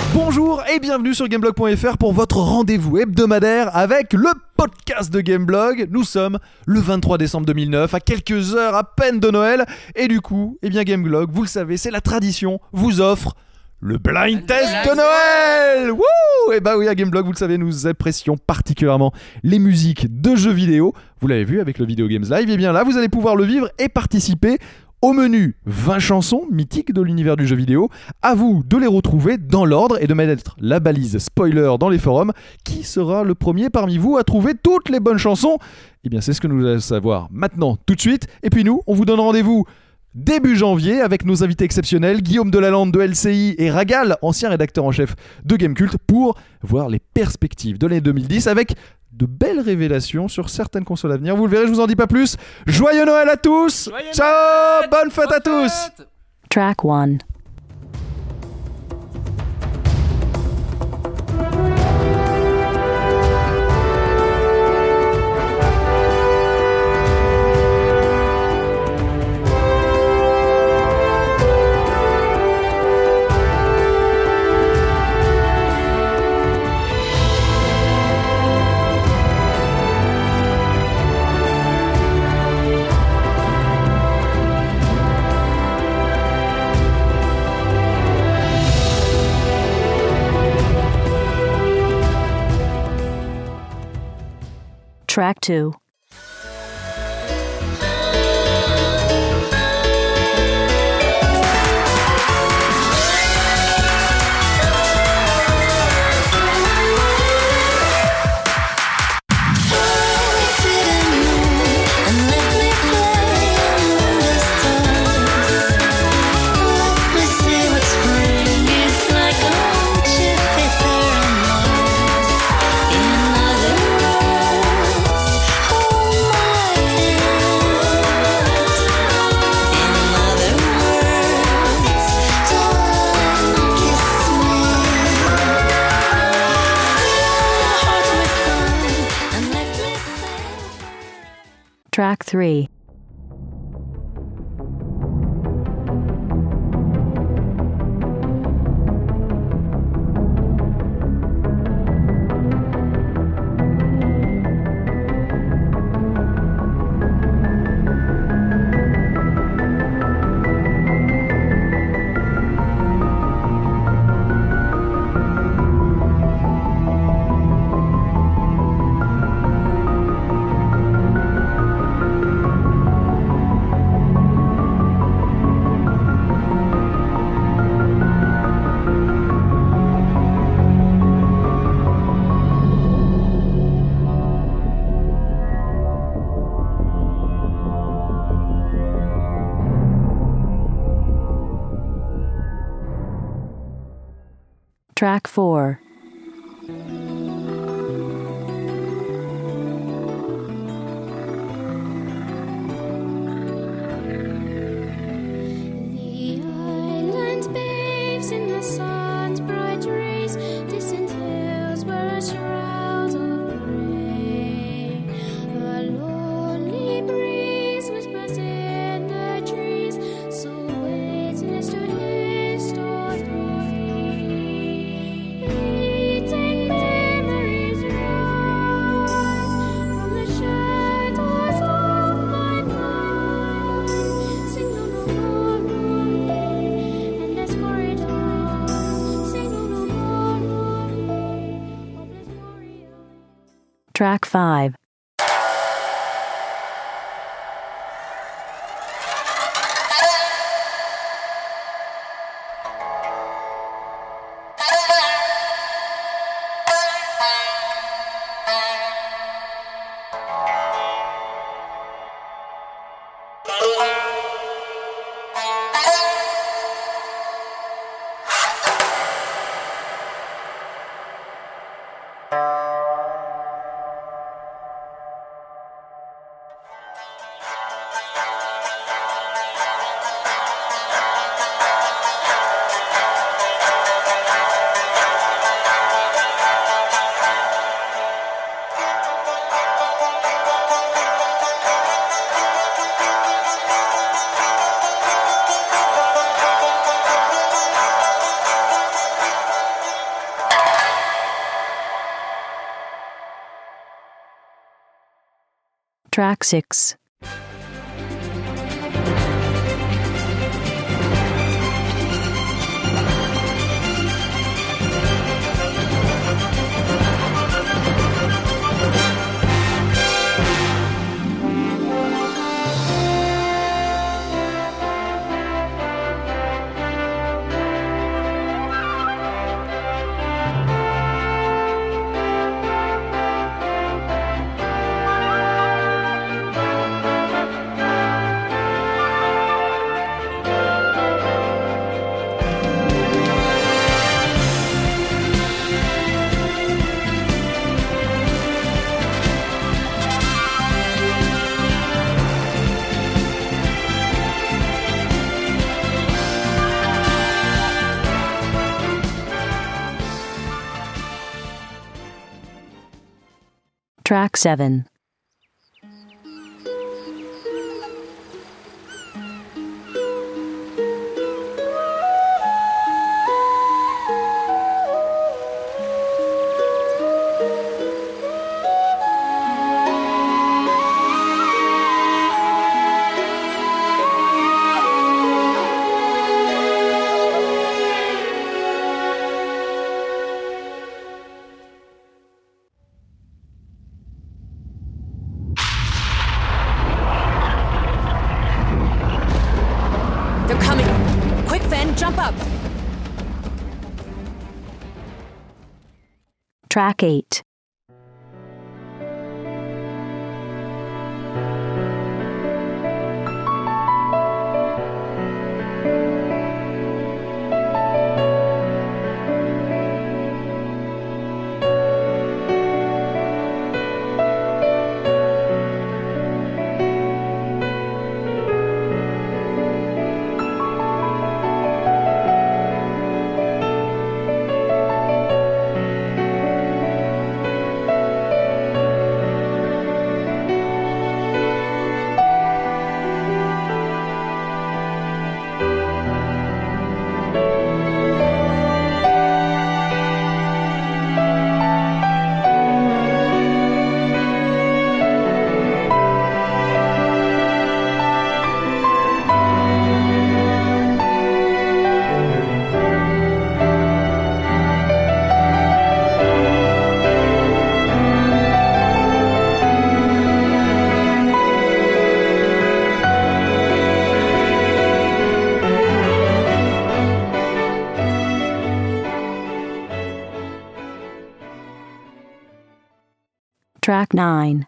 Bonjour et bienvenue sur Gameblog.fr pour votre rendez-vous hebdomadaire avec le podcast de Gameblog. Nous sommes le 23 décembre 2009, à quelques heures à peine de Noël. Et du coup, Gameblog, vous le savez, c'est la tradition, vous offre le blind test de Noël. Wouh! Et bah oui, à Gameblog, vous le savez, nous apprécions particulièrement les musiques de jeux vidéo. Vous l'avez vu avec le Video Games Live, et bien là, vous allez pouvoir le vivre et participer. Au menu, 20 chansons mythiques de l'univers du jeu vidéo. À vous de les retrouver dans l'ordre et de mettre la balise spoiler dans les forums. Qui sera le premier parmi vous à trouver toutes les bonnes chansons? Eh bien, c'est ce que nous allons savoir maintenant, tout de suite. Et puis nous, on vous donne rendez-vous début janvier avec nos invités exceptionnels, Guillaume Delalande de LCI et Ragal, ancien rédacteur en chef de Gamecult, pour voir les perspectives de l'année 2010 avec de belles révélations sur certaines consoles à venir. Vous le verrez, je vous en dis pas plus. Joyeux Noël à tous. Joyeux Ciao, Noël. bonne fête à tous. Track 1. Track 2. Track 3. Track 4. The island bathes in the sun's bright rays. Distant hills were a shroud of grey. A lonely breeze whispers in the trees, so witness to history. Fleeting memories rise from the shadows of my mind. Sing no more, and as corridors, sing no more, hopeless warrior. Track 5. Track 6. Track 7. They're coming. Quick, Fen, jump up. Track 8. Track 9.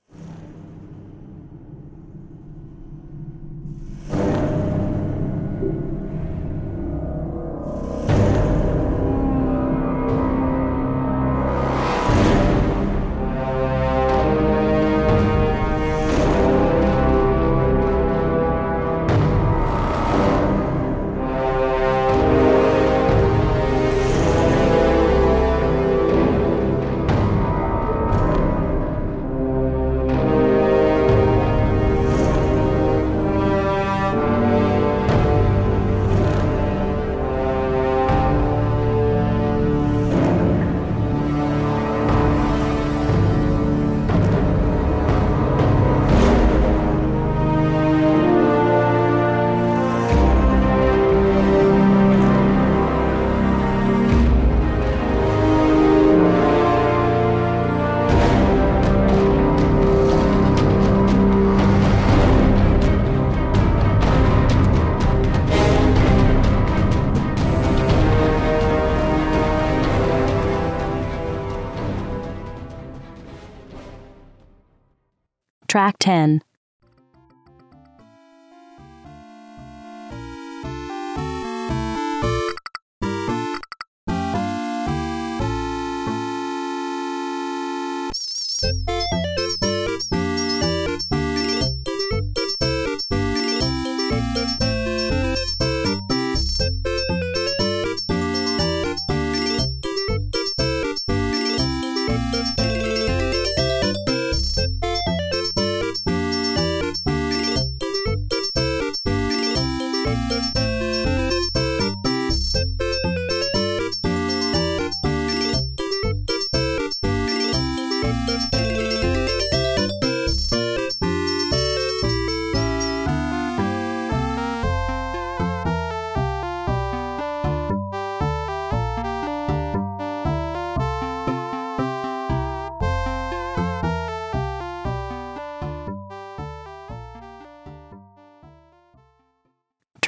Track 10.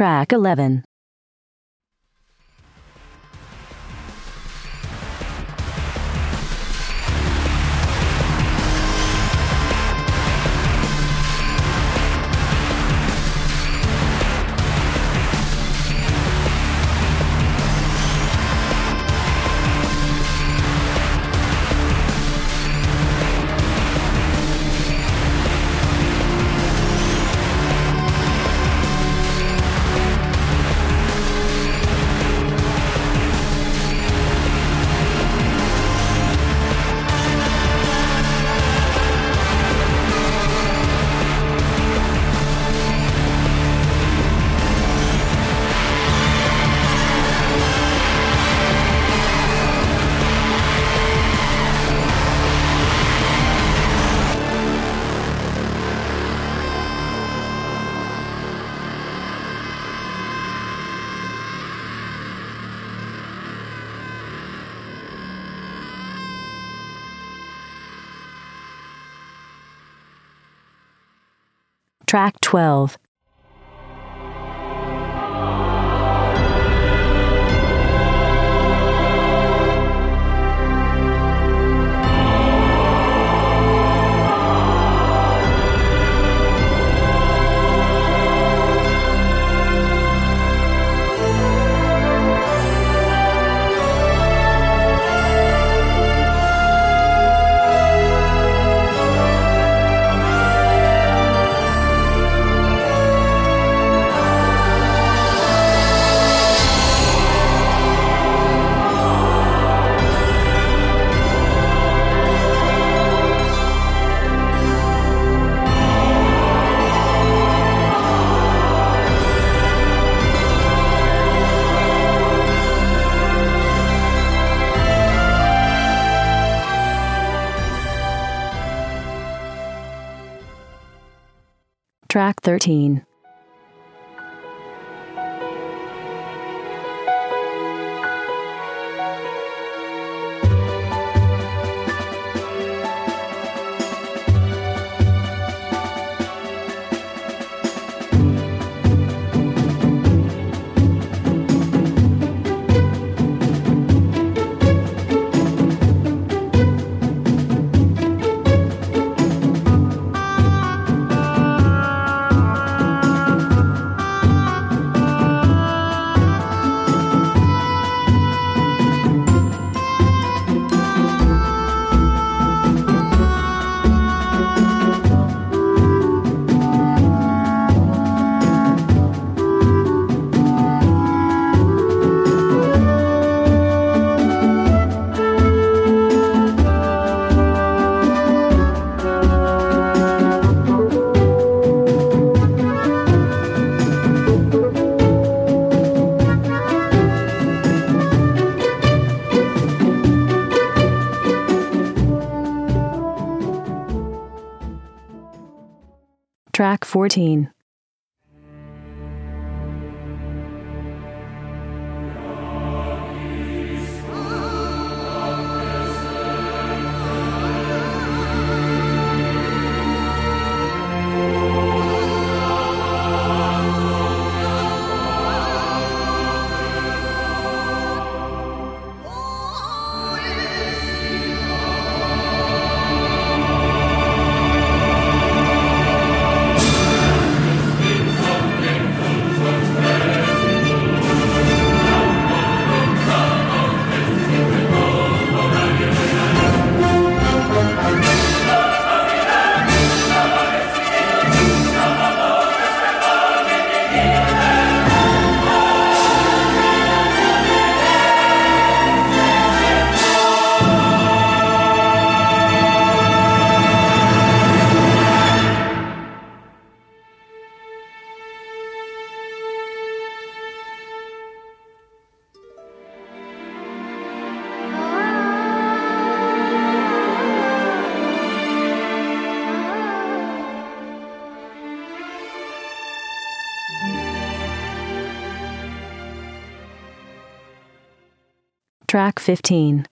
Track 11. Track 12. Track 13. Track 14. Track 15.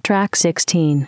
Track 16.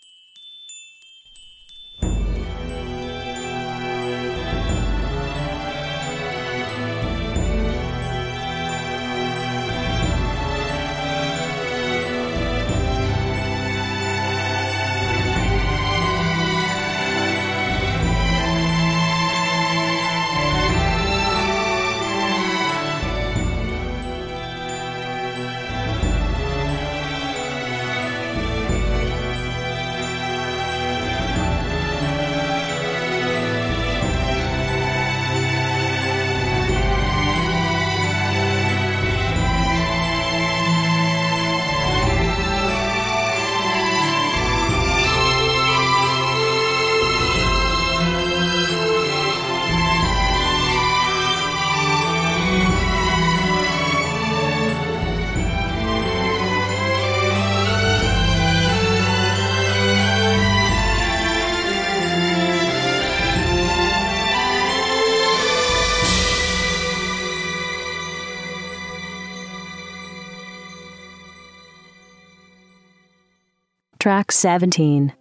Track 17.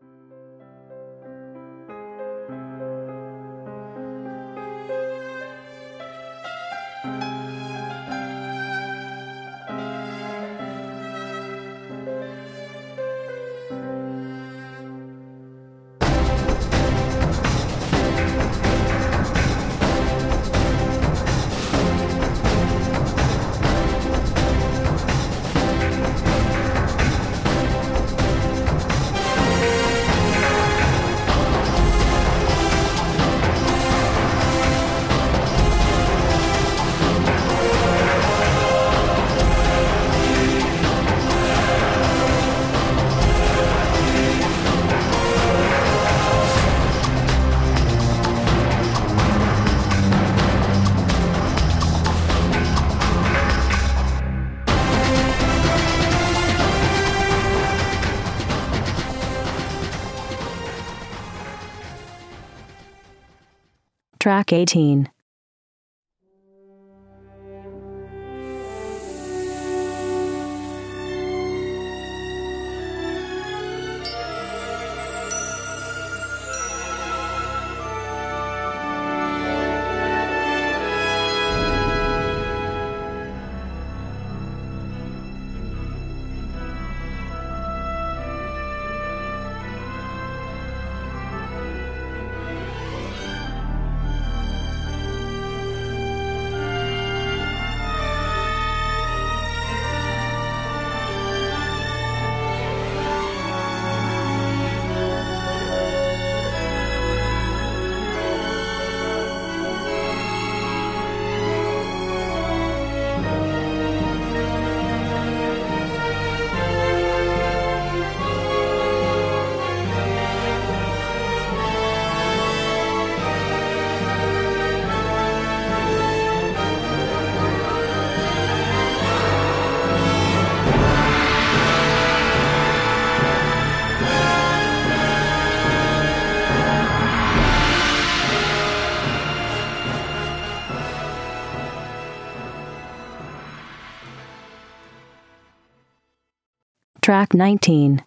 Track 18. Track 19.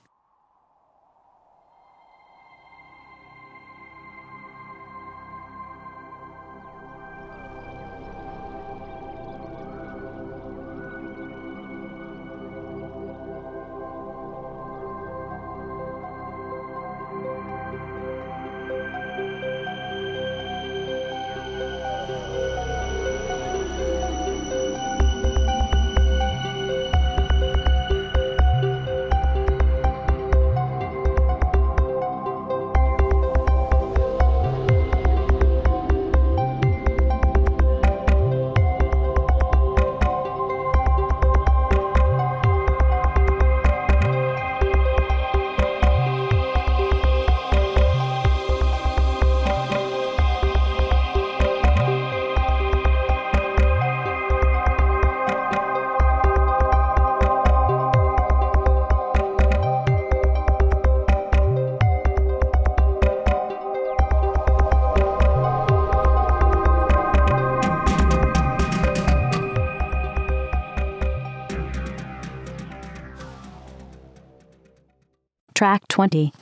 20.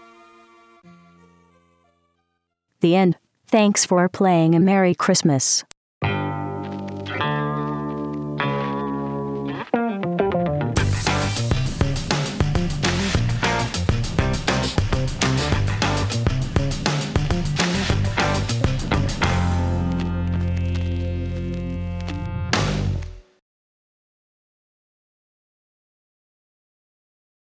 The end. Thanks for playing, a Merry Christmas.